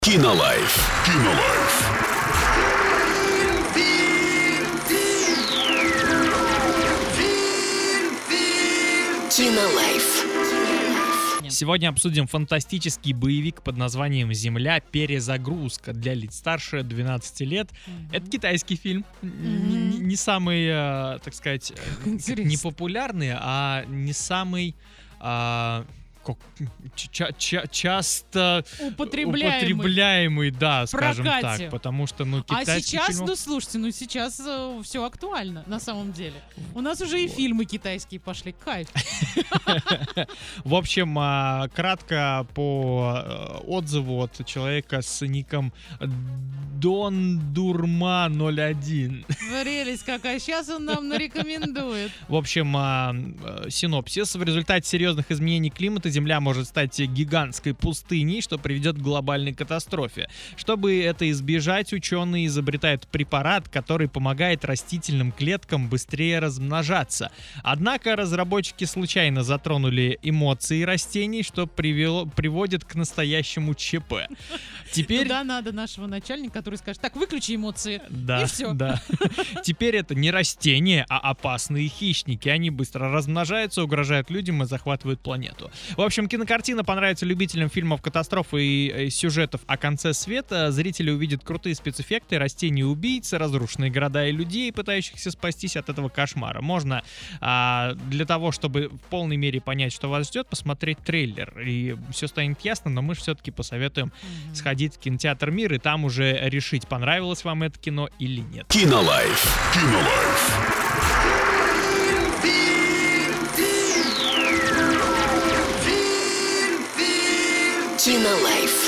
Кинолайф. Кинолайф. Кинолайф. Сегодня обсудим фантастический боевик под названием «Земля. Перезагрузка» для лиц старше 12 лет. Это китайский фильм. Не самый, так сказать, не популярный, а не самый... часто употребляемый, да, скажем так, потому что, китайских фильмов... слушайте, сейчас все актуально, на самом деле. У нас уже и фильмы китайские пошли, кайф. В общем, кратко по отзыву от человека с ником Дондурма01. Прелесть какая, сейчас он нам нарекомендует. В общем, синопсис. В результате серьезных изменений климата Земля может стать гигантской пустыней, что приведет к глобальной катастрофе. Чтобы это избежать, ученые изобретают препарат, который помогает растительным клеткам быстрее размножаться. Однако разработчики случайно затронули эмоции растений, что приводит к настоящему ЧП. Теперь... Туда надо нашего начальника, который скажет: так, выключи эмоции, да, и все. Да. Теперь это не растения, а опасные хищники. Они быстро размножаются, угрожают людям и захватывают планету. В общем, кинокартина понравится любителям фильмов катастроф и сюжетов о конце света. Зрители увидят крутые спецэффекты, растения-убийцы, разрушенные города и людей, пытающихся спастись от этого кошмара. Можно для того, чтобы в полной мере понять, что вас ждет, посмотреть трейлер, и все станет ясно, но мы все-таки посоветуем сходить в кинотеатр «Мир» и там уже решить, понравилось вам это кино или нет. Кинолайф. Кинолайф. Кинолайф.